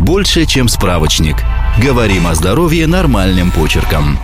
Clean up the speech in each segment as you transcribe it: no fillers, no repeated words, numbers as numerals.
Больше, чем справочник. Говорим о здоровье нормальным почерком.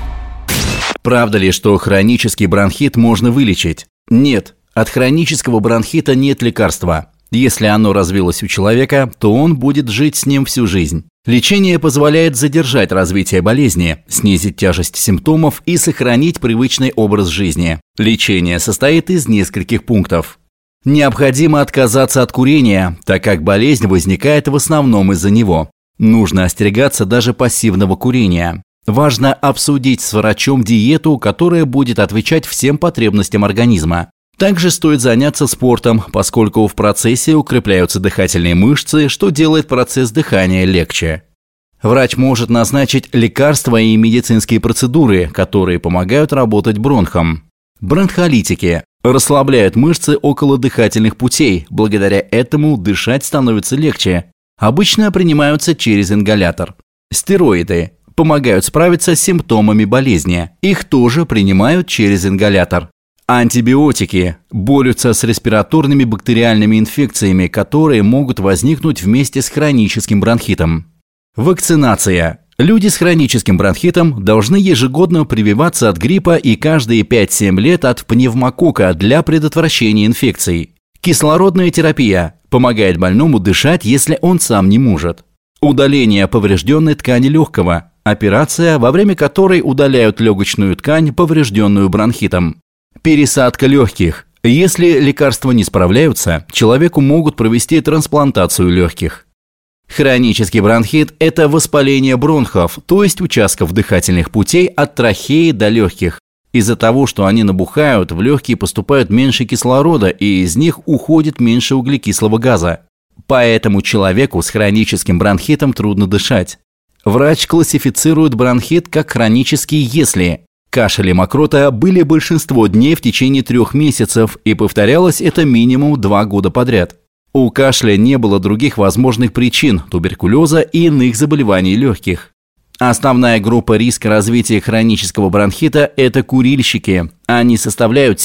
Правда ли, что хронический бронхит можно вылечить? Нет, от хронического бронхита нет лекарства. Если оно развилось у человека, то он будет жить с ним всю жизнь. Лечение позволяет задержать развитие болезни, снизить тяжесть симптомов и сохранить привычный образ жизни. Лечение состоит из нескольких пунктов. Необходимо отказаться от курения, так как болезнь возникает в основном из-за него. Нужно остерегаться даже пассивного курения. Важно обсудить с врачом диету, которая будет отвечать всем потребностям организма. Также стоит заняться спортом, поскольку в процессе укрепляются дыхательные мышцы, что делает процесс дыхания легче. Врач может назначить лекарства и медицинские процедуры, которые помогают работать бронхам. Бронхолитики расслабляют мышцы около дыхательных путей, благодаря этому дышать становится легче. Обычно принимаются через ингалятор. Стероиды помогают справиться с симптомами болезни, их тоже принимают через ингалятор. Антибиотики борются с респираторными бактериальными инфекциями, которые могут возникнуть вместе с хроническим бронхитом. Вакцинация. Люди с хроническим бронхитом должны ежегодно прививаться от гриппа и каждые 5-7 лет от пневмококка для предотвращения инфекций. Кислородная терапия помогает больному дышать, если он сам не может. Удаление поврежденной ткани легкого. Операция, во время которой удаляют легочную ткань, поврежденную бронхитом. Пересадка легких. Если лекарства не справляются, человеку могут провести трансплантацию легких. Хронический бронхит – это воспаление бронхов, то есть участков дыхательных путей от трахеи до легких. Из-за того, что они набухают, в легкие поступает меньше кислорода, и из них уходит меньше углекислого газа. Поэтому человеку с хроническим бронхитом трудно дышать. Врач классифицирует бронхит как хронический, если кашель и мокрота были большинство дней в течение 3 месяцев, и повторялось это минимум 2 года подряд. У кашля не было других возможных причин – туберкулеза и иных заболеваний легких. Основная группа риска развития хронического бронхита – это курильщики. Они составляют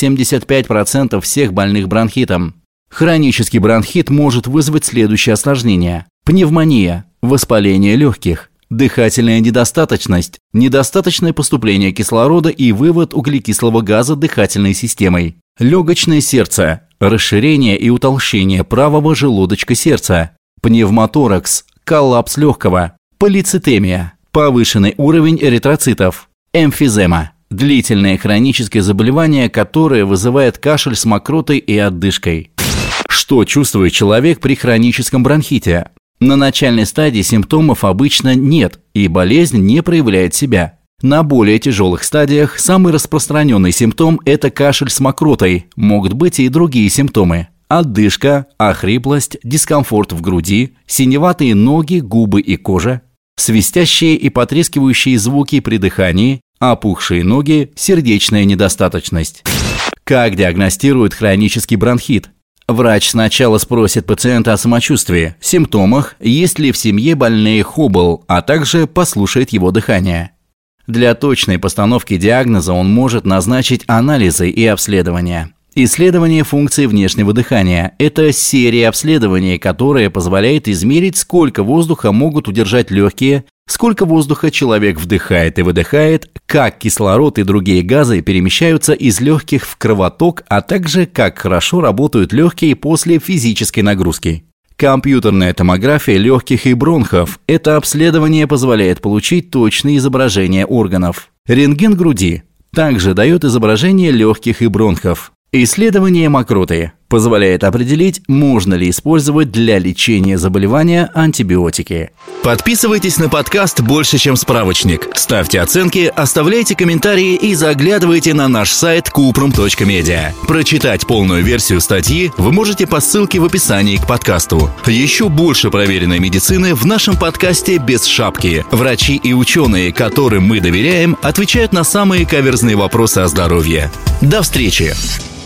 75% всех больных бронхитом. Хронический бронхит может вызвать следующие осложнения: пневмония, воспаление легких, дыхательная недостаточность, недостаточное поступление кислорода и вывод углекислого газа дыхательной системой, легочное сердце, расширение и утолщение правого желудочка сердца, пневмоторакс, коллапс легкого, полицитемия, повышенный уровень эритроцитов, эмфизема, длительное хроническое заболевание, которое вызывает кашель с мокротой и отдышкой. Что чувствует человек при хроническом бронхите? На начальной стадии симптомов обычно нет, и болезнь не проявляет себя. На более тяжелых стадиях самый распространенный симптом – это кашель с мокротой, могут быть и другие симптомы – отдышка, охриплость, дискомфорт в груди, синеватые ноги, губы и кожа, свистящие и потрескивающие звуки при дыхании, опухшие ноги, сердечная недостаточность. Как диагностируют хронический бронхит? Врач сначала спросит пациента о самочувствии, симптомах, есть ли в семье больные Хоббл, а также послушает его дыхание. Для точной постановки диагноза он может назначить анализы и обследования. Исследование функции внешнего дыхания – это серия обследований, которая позволяет измерить, сколько воздуха могут удержать легкие, сколько воздуха человек вдыхает и выдыхает, как кислород и другие газы перемещаются из легких в кровоток, а также как хорошо работают легкие после физической нагрузки. Компьютерная томография легких и бронхов – это обследование позволяет получить точные изображения органов. Рентген груди также дает изображение легких и бронхов. Исследование мокроты позволяет определить, можно ли использовать для лечения заболевания антибиотики. Подписывайтесь на подкаст «Больше, чем справочник». Ставьте оценки, оставляйте комментарии и заглядывайте на наш сайт kuprum.media. Прочитать полную версию статьи вы можете по ссылке в описании к подкасту. Еще больше проверенной медицины в нашем подкасте «Без шапки». Врачи и ученые, которым мы доверяем, отвечают на самые каверзные вопросы о здоровье. До встречи!